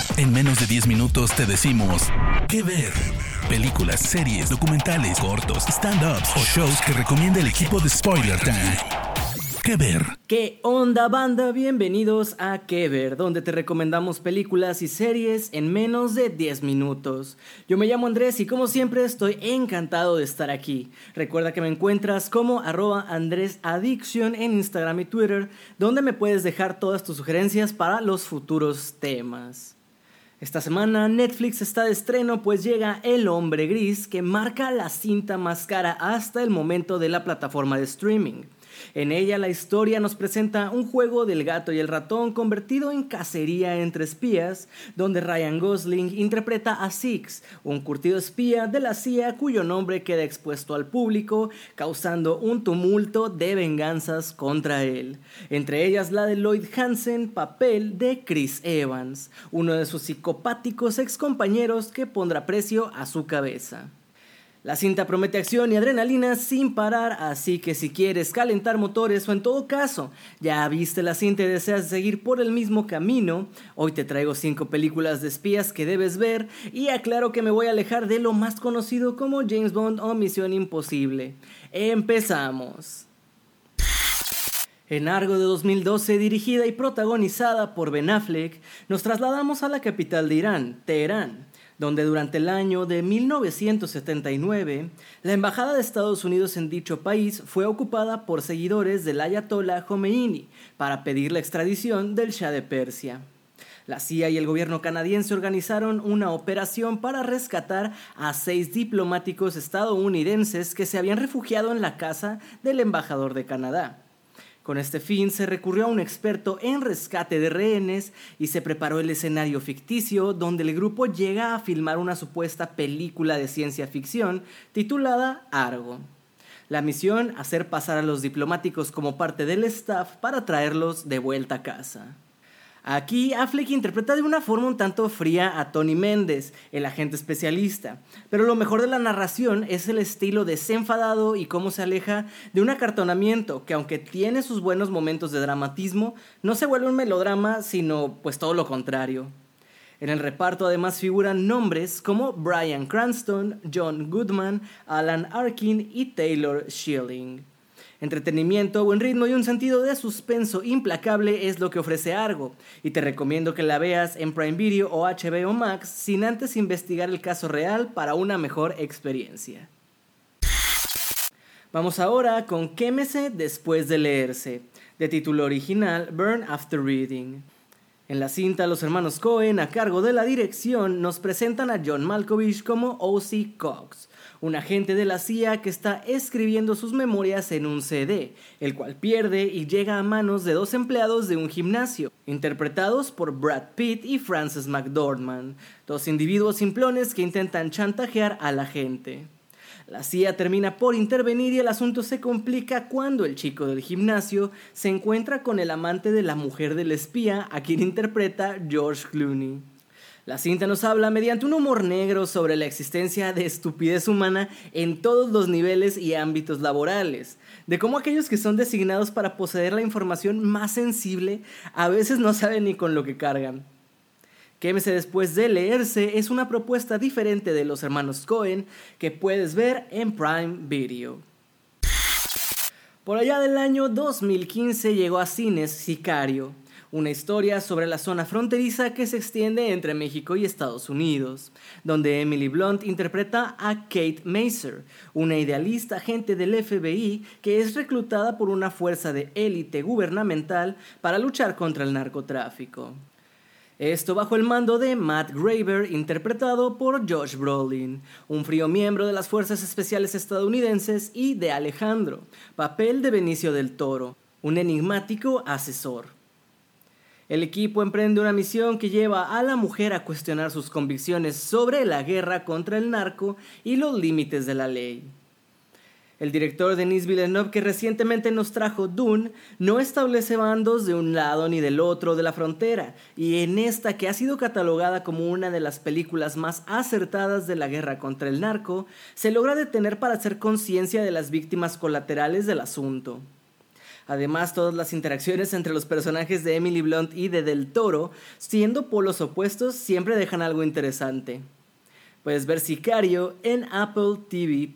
En menos de 10 minutos te decimos qué ver. Películas, series, documentales, cortos, stand-ups o shows que recomienda el equipo de Spoiler Time. ¿Qué ver? ¿Qué onda, banda? Bienvenidos a ¿Qué ver?, donde te recomendamos películas y series en menos de 10 minutos. Yo me llamo Andrés y como siempre estoy encantado de estar aquí. Recuerda que me encuentras como @AndresAddiction en Instagram y Twitter, donde me puedes dejar todas tus sugerencias para los futuros temas. Esta semana Netflix está de estreno, pues llega El Hombre Gris, que marca la cinta más cara hasta el momento de la plataforma de streaming. En ella la historia nos presenta un juego del gato y el ratón convertido en cacería entre espías, donde Ryan Gosling interpreta a Six, un curtido espía de la CIA cuyo nombre queda expuesto al público, causando un tumulto de venganzas contra él. Entre ellas la de Lloyd Hansen, papel de Chris Evans, uno de sus psicopáticos excompañeros que pondrá precio a su cabeza. La cinta promete acción y adrenalina sin parar, así que si quieres calentar motores o en todo caso ya viste la cinta y deseas seguir por el mismo camino, hoy te traigo 5 películas de espías que debes ver y aclaro que me voy a alejar de lo más conocido como James Bond o Misión Imposible. ¡Empezamos! En Argo de 2012, dirigida y protagonizada por Ben Affleck, nos trasladamos a la capital de Irán, Teherán, donde durante el año de 1979, la embajada de Estados Unidos en dicho país fue ocupada por seguidores del ayatollah Khomeini para pedir la extradición del Shah de Persia. La CIA y el gobierno canadiense organizaron una operación para rescatar a 6 diplomáticos estadounidenses que se habían refugiado en la casa del embajador de Canadá. Con este fin se recurrió a un experto en rescate de rehenes y se preparó el escenario ficticio donde el grupo llega a filmar una supuesta película de ciencia ficción titulada Argo. La misión, hacer pasar a los diplomáticos como parte del staff para traerlos de vuelta a casa. Aquí Affleck interpreta de una forma un tanto fría a Tony Méndez, el agente especialista, pero lo mejor de la narración es el estilo desenfadado y cómo se aleja de un acartonamiento que, aunque tiene sus buenos momentos de dramatismo, no se vuelve un melodrama, sino pues todo lo contrario. En el reparto además figuran nombres como Bryan Cranston, John Goodman, Alan Arkin y Taylor Schilling. Entretenimiento, buen ritmo y un sentido de suspenso implacable es lo que ofrece Argo, y te recomiendo que la veas en Prime Video o HBO Max sin antes investigar el caso real para una mejor experiencia. Vamos ahora con Quémese después de leerse, de título original Burn After Reading. En la cinta, los hermanos Coen, a cargo de la dirección, nos presentan a John Malkovich como O.C. Cox, un agente de la CIA que está escribiendo sus memorias en un CD, el cual pierde y llega a manos de 2 empleados de un gimnasio, interpretados por Brad Pitt y Frances McDormand, 2 individuos simplones que intentan chantajear a la gente. La CIA termina por intervenir y el asunto se complica cuando el chico del gimnasio se encuentra con el amante de la mujer del espía, a quien interpreta George Clooney. La cinta nos habla mediante un humor negro sobre la existencia de estupidez humana en todos los niveles y ámbitos laborales, de cómo aquellos que son designados para poseer la información más sensible a veces no saben ni con lo que cargan. Quémese después de leerse es una propuesta diferente de los hermanos Coen que puedes ver en Prime Video. Por allá del año 2015 llegó a cines Sicario, una historia sobre la zona fronteriza que se extiende entre México y Estados Unidos, donde Emily Blunt interpreta a Kate Macer, una idealista agente del FBI que es reclutada por una fuerza de élite gubernamental para luchar contra el narcotráfico. Esto bajo el mando de Matt Graver, interpretado por Josh Brolin, un frío miembro de las Fuerzas Especiales estadounidenses, y de Alejandro, papel de Benicio del Toro, un enigmático asesor. El equipo emprende una misión que lleva a la mujer a cuestionar sus convicciones sobre la guerra contra el narco y los límites de la ley. El director Denis Villeneuve, que recientemente nos trajo Dune, no establece bandos de un lado ni del otro de la frontera, y en esta, que ha sido catalogada como una de las películas más acertadas de la guerra contra el narco, se logra detener para hacer conciencia de las víctimas colaterales del asunto. Además, todas las interacciones entre los personajes de Emily Blunt y de Del Toro, siendo polos opuestos, siempre dejan algo interesante. Puedes ver Sicario en Apple TV+.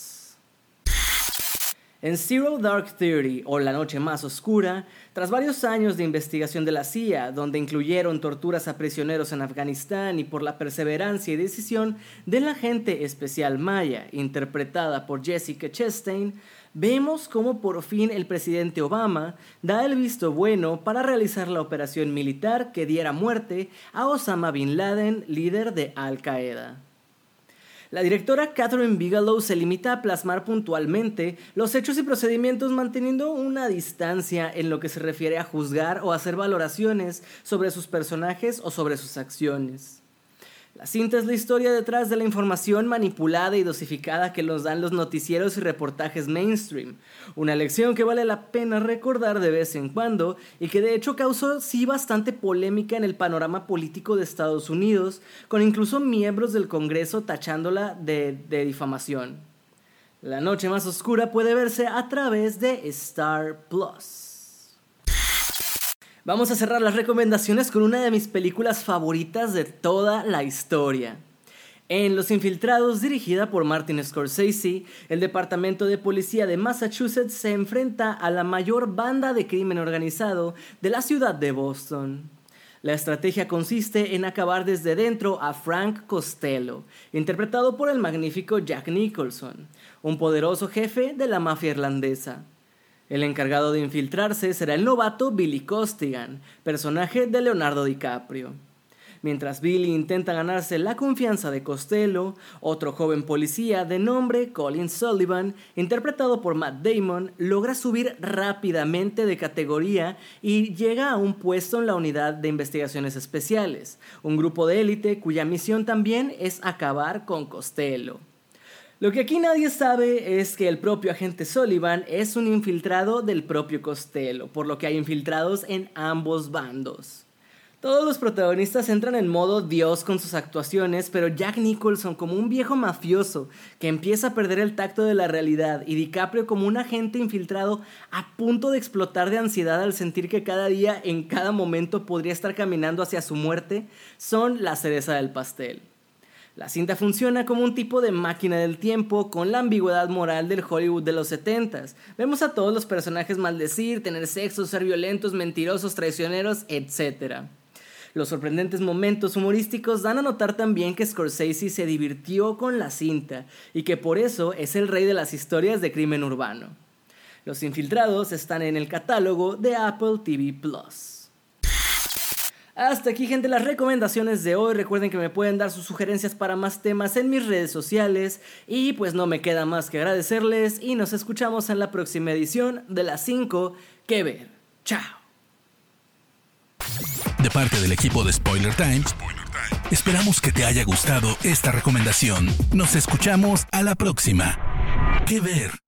En Zero Dark Thirty, o La Noche Más Oscura, tras varios años de investigación de la CIA, donde incluyeron torturas a prisioneros en Afganistán y por la perseverancia y decisión del agente especial Maya, interpretada por Jessica Chastain, vemos cómo por fin el presidente Obama da el visto bueno para realizar la operación militar que diera muerte a Osama Bin Laden, líder de Al Qaeda. La directora Catherine Bigelow se limita a plasmar puntualmente los hechos y procedimientos manteniendo una distancia en lo que se refiere a juzgar o hacer valoraciones sobre sus personajes o sobre sus acciones. La cinta es la historia detrás de la información manipulada y dosificada que nos dan los noticieros y reportajes mainstream, una lección que vale la pena recordar de vez en cuando y que de hecho causó sí bastante polémica en el panorama político de Estados Unidos, con incluso miembros del Congreso tachándola de difamación. La Noche Más Oscura puede verse a través de Star Plus. Vamos a cerrar las recomendaciones con una de mis películas favoritas de toda la historia. En Los Infiltrados, dirigida por Martin Scorsese, el Departamento de Policía de Massachusetts se enfrenta a la mayor banda de crimen organizado de la ciudad de Boston. La estrategia consiste en acabar desde dentro a Frank Costello, interpretado por el magnífico Jack Nicholson, un poderoso jefe de la mafia irlandesa. El encargado de infiltrarse será el novato Billy Costigan, personaje de Leonardo DiCaprio. Mientras Billy intenta ganarse la confianza de Costello, otro joven policía de nombre Colin Sullivan, interpretado por Matt Damon, logra subir rápidamente de categoría y llega a un puesto en la unidad de investigaciones especiales, un grupo de élite cuya misión también es acabar con Costello. Lo que aquí nadie sabe es que el propio agente Sullivan es un infiltrado del propio Costello, por lo que hay infiltrados en ambos bandos. Todos los protagonistas entran en modo Dios con sus actuaciones, pero Jack Nicholson como un viejo mafioso que empieza a perder el tacto de la realidad y DiCaprio como un agente infiltrado a punto de explotar de ansiedad al sentir que cada día, en cada momento podría estar caminando hacia su muerte, son la cereza del pastel. La cinta funciona como un tipo de máquina del tiempo con la ambigüedad moral del Hollywood de los 70s. Vemos a todos los personajes maldecir, tener sexo, ser violentos, mentirosos, traicioneros, etc. Los sorprendentes momentos humorísticos dan a notar también que Scorsese se divirtió con la cinta y que por eso es el rey de las historias de crimen urbano. Los Infiltrados están en el catálogo de Apple TV+. Hasta aquí, gente, las recomendaciones de hoy. Recuerden que me pueden dar sus sugerencias para más temas en mis redes sociales. Y pues no me queda más que agradecerles y nos escuchamos en la próxima edición de Las 5 que ver. ¡Chao! De parte del equipo de Spoiler Time, esperamos que te haya gustado esta recomendación. Nos escuchamos a la próxima. ¿Qué ver?